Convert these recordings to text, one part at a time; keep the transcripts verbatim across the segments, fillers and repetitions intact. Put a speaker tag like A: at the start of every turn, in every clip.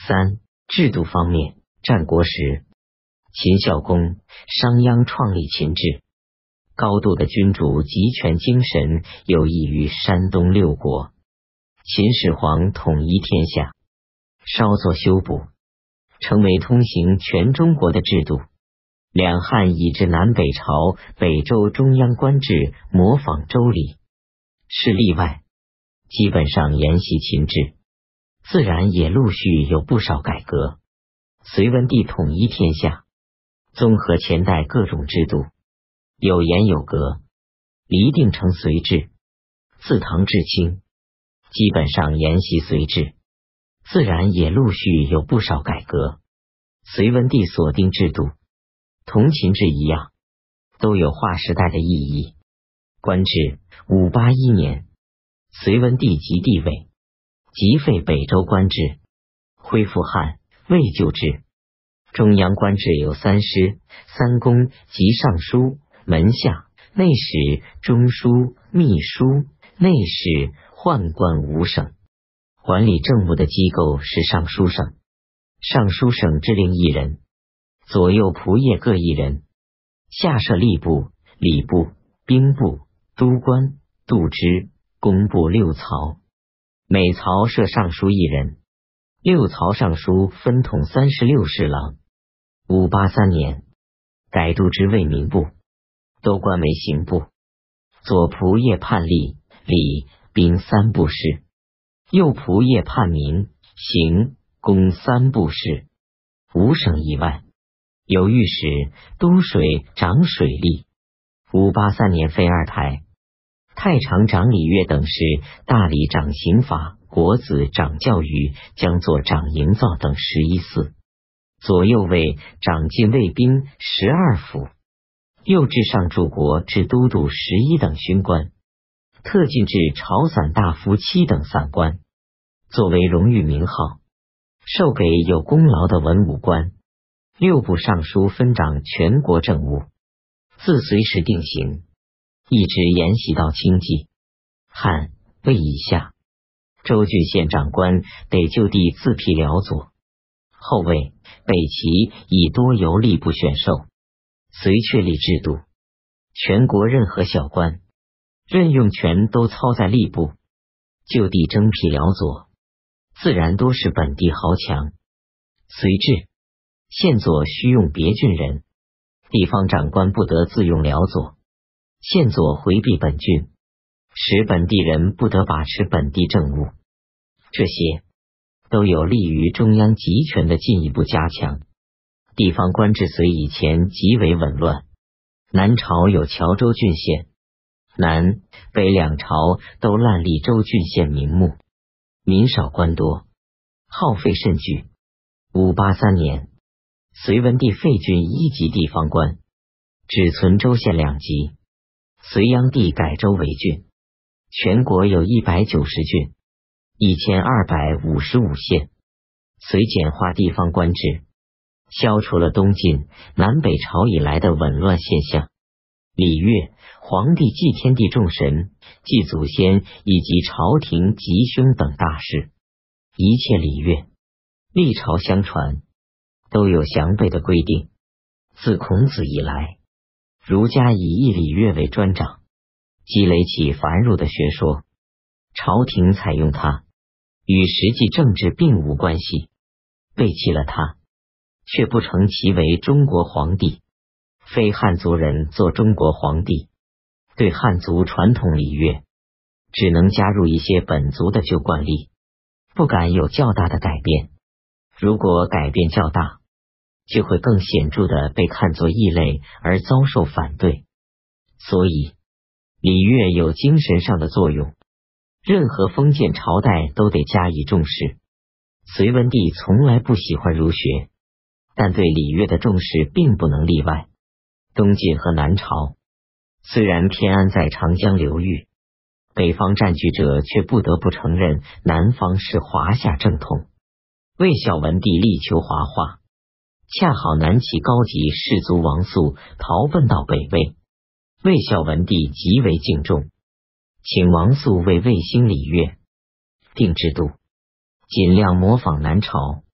A: 三、制度方面，战国时，秦孝公、商鞅创立秦制，高度的君主集权精神有益于山东六国。秦始皇统一天下，稍作修补，成为通行全中国的制度。两汉以至南北朝，北周中央官制模仿周礼，是例外，基本上沿袭秦制，自然也陆续有不少改革。隋文帝统一天下，综合前代各种制度，有严有格，厘定成隋制。自唐至清，基本上沿袭隋制，自然也陆续有不少改革。隋文帝所定制度同秦制一样，都有划时代的意义。官制五八一年，隋文帝即帝位，即废北周官制，恢复汉魏旧制。中央官制有三师、三公及尚书、门下、内史、中书、秘书、内史、宦官五省。管理政务的机构是尚书省，尚书省制令一人，左右仆射各一人，下设吏部、礼部、兵部、都官、度支、工部六曹，每曹设尚书一人，六曹尚书分统三十六侍郎。五八三年，改度支为民部，都官为刑部，左仆射判吏、礼、兵三部事，右仆射判民、刑、工三部事。五省以外，有御史、都水、掌水利。五八三年废二台，太常掌礼乐等事，大理掌刑法，国子掌教育，将作掌营造等十一司。左右卫掌禁卫兵十二府，右至上柱国至都督十一等勋官，特进至朝散大夫七等散官，作为荣誉名号，授给有功劳的文武官。六部尚书分掌全国政务，自隋时定型，一直沿袭到清纪。汉、魏以下，州郡县长官得就地自辟辽左。后魏、北齐已多由吏部选授。隋确立制度，全国任何小官任用权都操在吏部，就地征辟辽左，自然多是本地豪强。隋制，县左需用别郡人，地方长官不得自用辽左，县左回避本郡，使本地人不得把持本地政务。这些都有利于中央集权的进一步加强。地方官制隋以前极为紊乱，南朝有谯州郡县，南北两朝都滥立州郡县名目，民少官多，耗费甚巨。五八三年，隋文帝废郡一级地方官，只存州县两级。隋炀帝改州为郡，全国有一百九十郡，一千二百五十五县。隋简化地方官制，消除了东晋、南北朝以来的紊乱现象。礼乐，皇帝祭天地众神、祭祖先以及朝廷吉凶等大事，一切礼乐历朝相传，都有详备的规定。自孔子以来，儒家以义礼乐为专长，积累起繁缛的学说，朝廷采用它，与实际政治并无关系，背弃了它，却不成其为中国皇帝。非汉族人做中国皇帝，对汉族传统礼乐只能加入一些本族的旧惯例，不敢有较大的改变。如果改变较大，就会更显著地被看作异类而遭受反对。所以礼乐有精神上的作用，任何封建朝代都得加以重视。隋文帝从来不喜欢儒学，但对礼乐的重视并不能例外。东晋和南朝虽然偏安在长江流域，北方占据者却不得不承认南方是华夏正统。魏孝文帝力求华化，恰好南齐高级士族王肃逃奔到北魏，魏孝文帝极为敬重，请王肃为魏兴礼乐，定制度，尽量模仿南朝。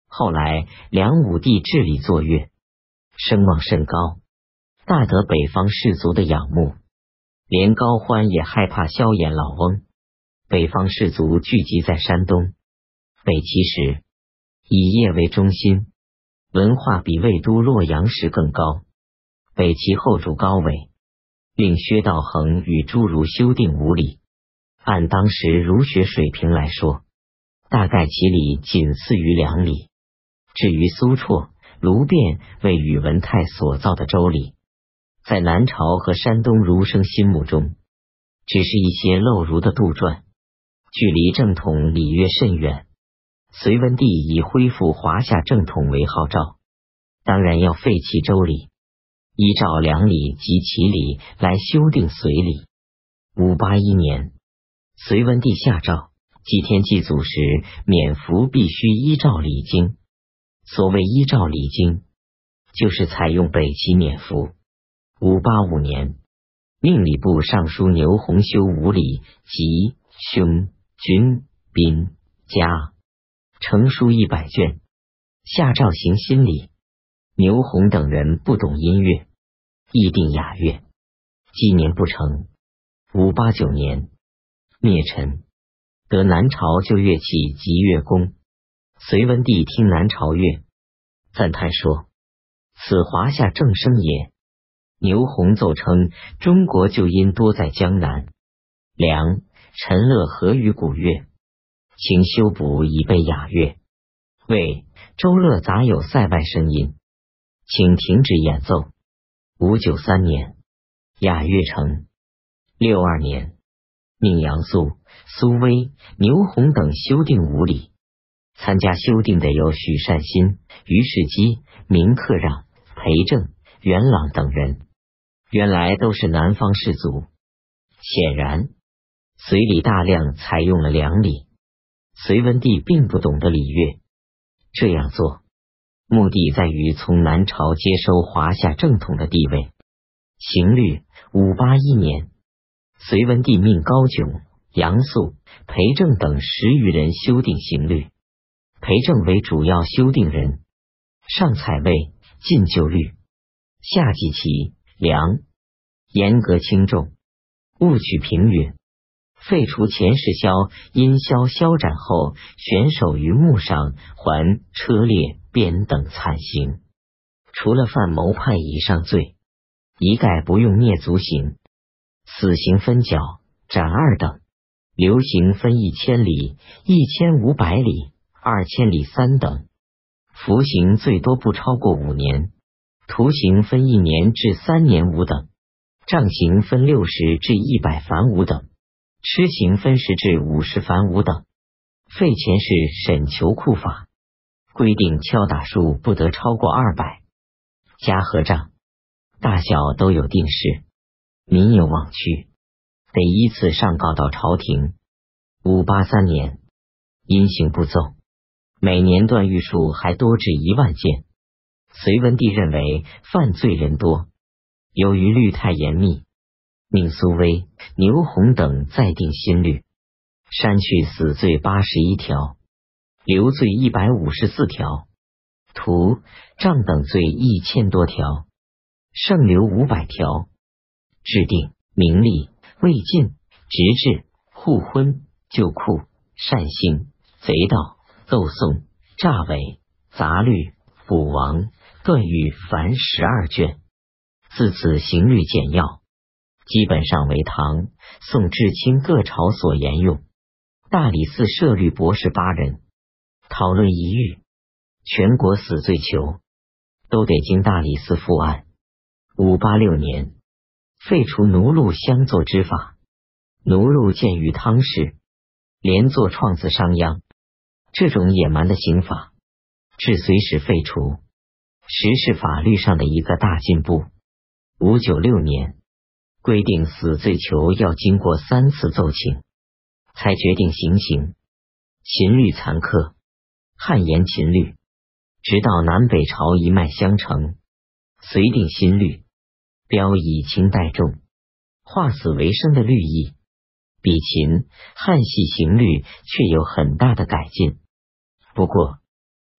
A: 后来梁武帝治理作乐，声望甚高，大得北方士族的仰慕。连高欢也害怕萧衍老翁，北方士族聚集在山东。北齐时，以邺为中心，文化比魏都洛阳时更高。北齐后主高纬令薛道衡与诸儒修订五礼，按当时儒学水平来说，大概其礼仅次于两礼。至于苏绰、卢辩为宇文泰所造的周礼，在南朝和山东儒生心目中，只是一些陋儒的杜撰，距离正统礼乐甚远。隋文帝以恢复华夏正统为号召，当然要废弃周礼，依照梁礼及齐礼来修订隋礼。五八一年，隋文帝下诏，祭天祭祖时免服必须依照礼经。所谓依照礼经，就是采用北齐免服。五八五年，命礼部尚书牛弘修五礼及兄、君、宾、家，成书一百卷，下诏行新礼。牛弘等人不懂音乐，议定雅乐，积年不成。五八九年，灭陈，得南朝旧乐器及乐工。隋文帝听南朝乐，赞叹说：“此华夏正声也。”牛弘奏称，中国旧音多在江南，梁、陈乐合于古乐，请修补以备雅乐。魏、周乐杂有塞外声音，请停止演奏。五九三年，雅乐成。六二年，命杨素、苏威、牛弘等修订五礼。参加修订的有许善心、于世基、明克让、裴正、元朗等人，原来都是南方士族。显然，隋礼大量采用了梁礼。隋文帝并不懂得礼乐，这样做目的在于从南朝接收华夏正统的地位。刑律。五八一年，隋文帝命高炯、杨素、裴正等十余人修订刑律。裴正为主要修订人，上采魏、晋旧律，下记齐、梁，严格轻重，务取平允。废除前世萧因萧萧斩后悬首于木上，还车裂、鞭等惨刑。除了犯谋叛以上罪，一概不用灭族刑。死刑分绞、斩二等，流刑分一千里、一千五百里、二千里三等。服刑最多不超过五年，徒刑分一年至三年五等，杖刑分六十至一百凡五等，笞刑分十至五十凡五等。废前世审囚库法，规定敲打数不得超过二百，加和杖大小都有定式，民有枉屈，得依次上告到朝廷。五八三年，因刑不奏，每年断狱数还多至一万件。隋文帝认为犯罪人多，由于律太严密，命苏威、牛弘等再定新律，删去死罪八十一条，留罪一百五十四条，徒、杖等罪一千多条，剩留五百条。制定明例、未尽、直至、互婚、旧库、善性、贼盗、奏讼、诈伪、杂律、捕亡、断狱凡十二卷。自此刑律简要，基本上为唐、宋至清各朝所沿用。大理寺设律博士八人，讨论一狱，全国死罪囚都得经大理寺复案。五八六年，废除奴禄相作之法，奴禄见于汤氏，连坐创子商鞅。这种野蛮的刑法，至隋时废除，实是法律上的一个大进步。五九六年，规定死罪囚要经过三次奏请，才决定行刑。秦律残刻，汉言秦律，直到南北朝一脉相承。隋定新律，标以轻代重，化死为生的律义，比秦、汉系刑律却有很大的改进。不过，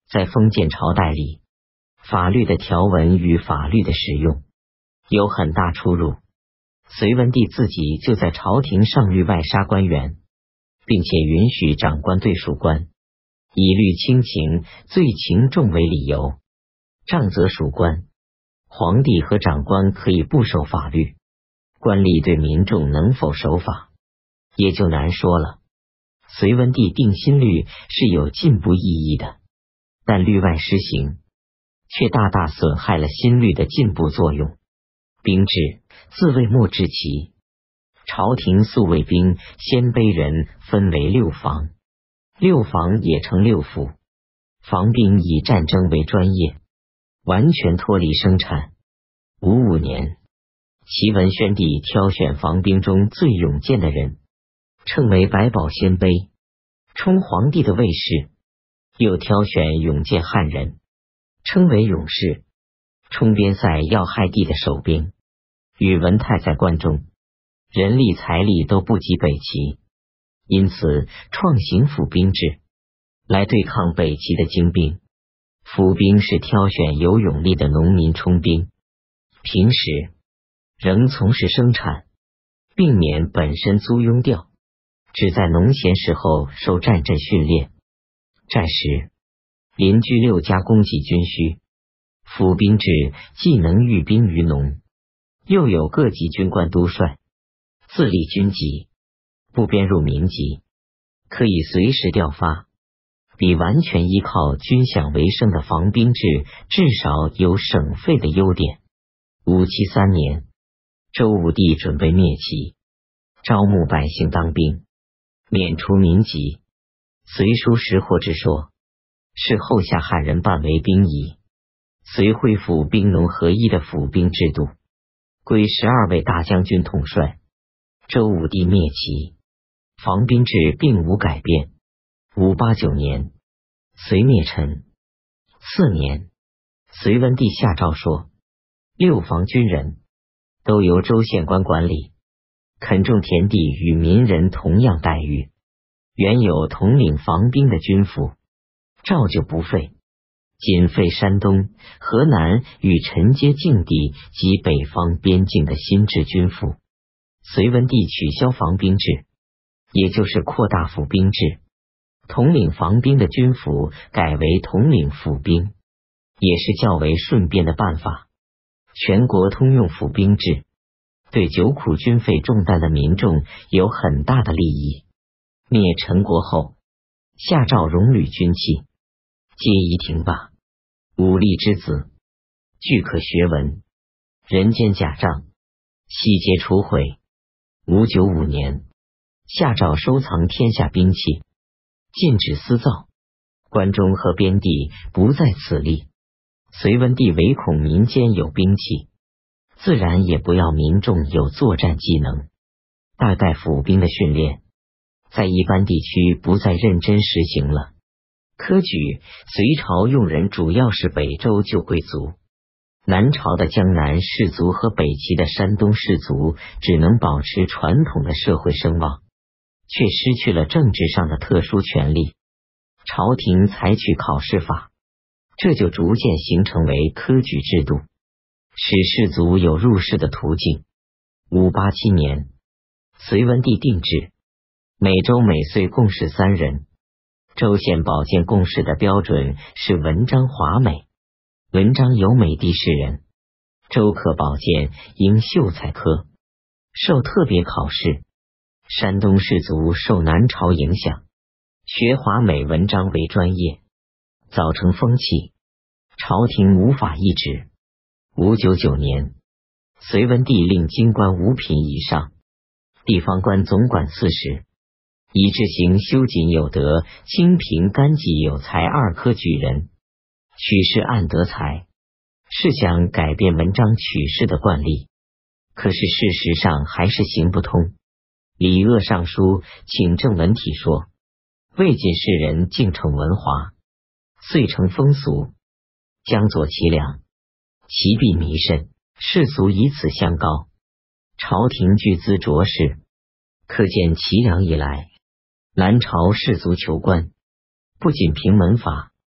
A: 在封建朝代里，法律的条文与法律的使用有很大出入。隋文帝自己就在朝廷上律外杀官员，并且允许长官对属官，以律轻情、罪情重为理由，杖责属官。皇帝和长官可以不守法律，官吏对民众能否守法，也就难说了。隋文帝定新律是有进步意义的，但律外施行却大大损害了新律的进步作用。兵制自魏末至齐，朝廷素卫兵鲜卑人分为六房，六房也称六府。防兵以战争为专业，完全脱离生产。五五年，齐文宣帝挑选防兵中最勇健的人，称为百宝鲜卑，充皇帝的卫士；又挑选勇健汉人，称为勇士，充边塞要害地的守兵。宇文泰在关中，人力财力都不及北齐，因此创行府兵制，来对抗北齐的精兵。府兵是挑选有勇力的农民充兵，平时仍从事生产，避免本身租庸调，只在农闲时候受战阵训练。战时邻居六家供给军需，府兵制既能寓兵于农，又有各级军官督率，自立军籍，不编入民籍，可以随时调发，比完全依靠军饷为生的防兵制至少有省费的优点。五七三年，周武帝准备灭齐，招募百姓当兵，免除民籍。隋书识货之说，是后下汉人办为兵役。隋恢复兵农合一的府兵制度，归十二位大将军统帅。周武帝灭齐，防兵制并无改变。五八九年，隋灭陈。次年，隋文帝下诏说，六房军人都由州县官管理，垦种田地与民人同样待遇。原有统领防兵的军府，照旧不废，仅废山东、河南与陈街境地及北方边境的新制军府。隋文帝取消防兵制，也就是扩大府兵制，统领防兵的军府改为统领府兵，也是较为顺便的办法。全国通用府兵制，对久苦军费重担的民众有很大的利益。灭陈国后，下诏容履军器，皆宜停罢。武力之子，俱可学文，人间假账，悉皆除毁。五九五年，下诏收藏天下兵器，禁止私造，关中和边地不在此例。隋文帝唯恐民间有兵器，自然也不要民众有作战技能。大概府兵的训练在一般地区不再认真实行了。科举，隋朝用人主要是北周旧贵族，南朝的江南士族和北齐的山东士族只能保持传统的社会声望，却失去了政治上的特殊权利。朝廷采取考试法，这就逐渐形成为科举制度，使士族有入仕的途径。五八七年，隋文帝定制，每州每岁贡士三人。州县保荐贡士的标准是文章华美，文章有美的士人。州科保荐应秀才科，受特别考试。山东士族受南朝影响，学华美文章为专业，早成风气，朝廷无法抑制。五九九年，隋文帝令京官五品以上，地方官总管四十，以制行修谨有德、清平干纪有才二科举人，取士按德才，是想改变文章取士的惯例，可是事实上还是行不通。李鄂上书请正文体说，魏晋士人敬称文华，遂成风俗，将作其良，其弊弥甚，士俗以此相高，朝廷巨资着实，可见齐梁以来，南朝士族求官不仅凭门法，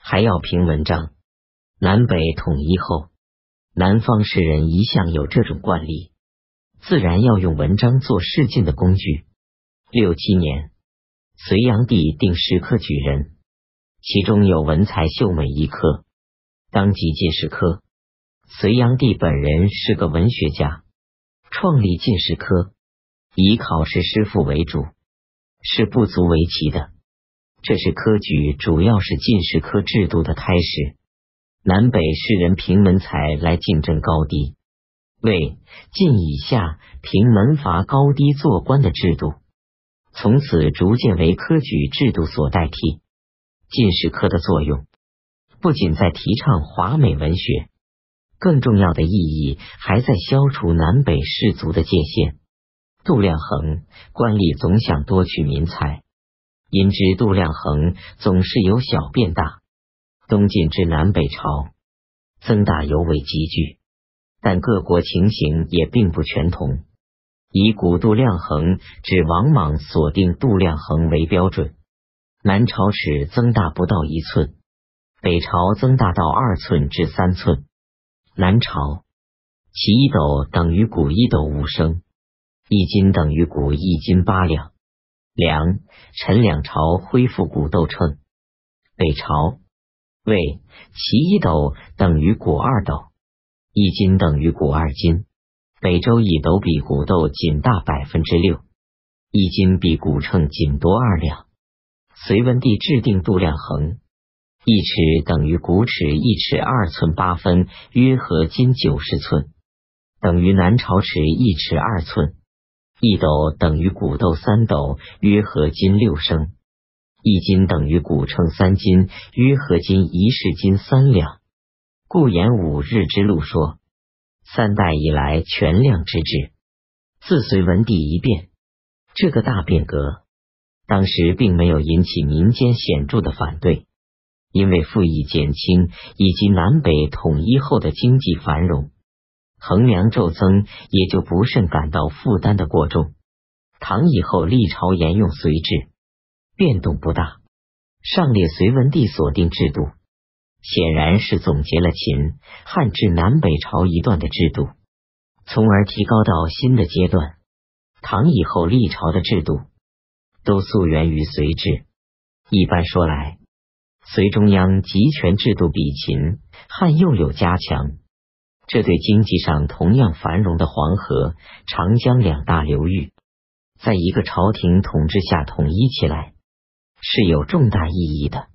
A: 还要凭文章。南北统一后，南方士人一向有这种惯例，自然要用文章做示进的工具。六七年，隋炀帝定士科举人，其中有文才秀美一科，当即进士科。隋炀帝本人是个文学家，创立进士科，以考试师傅为主，是不足为奇的。这是科举主要是进士科制度的开始。南北士人凭文才来竞争高低，魏晋以下凭门阀高低做官的制度，从此逐渐为科举制度所代替。进士科的作用不仅在提倡华美文学，更重要的意义还在消除南北士族的界限。度量衡，官吏总想多取民才，因之度量衡总是由小变大。东晋至南北朝，增大尤为急剧，但各国情形也并不全同。以古度量衡指王莽锁定度量衡为标准，南朝尺增大不到一寸，北朝增大到二寸至三寸。南朝其一斗等于古一斗五升，一斤等于古一斤八两。梁、陈两朝恢复古斗秤。北朝魏其一斗等于古二斗，一斤等于古二斤。北周一斗比古斗仅大百分之六，一斤比古秤仅多二两。隋文帝制定度量衡，一尺等于古尺一尺二寸八分，约合斤九十寸，等于南朝尺一尺二寸。一斗等于古斗三斗，约合斤六升。一斤等于古秤三斤，约合斤一市斤三两。故言五日之路说，三代以来全量之制。自隋文帝一变，这个大变革当时并没有引起民间显著的反对，因为赋役减轻以及南北统一后的经济繁荣，衡量骤增也就不甚感到负担的过重。唐以后历朝沿用隋制，变动不大。上列隋文帝所定制度，显然是总结了秦、汉至南北朝一段的制度，从而提高到新的阶段。唐以后历朝的制度都溯源于隋制。一般说来，隋中央集权制度比秦、汉又有加强，这对经济上同样繁荣的黄河、长江两大流域，在一个朝廷统治下统一起来，是有重大意义的。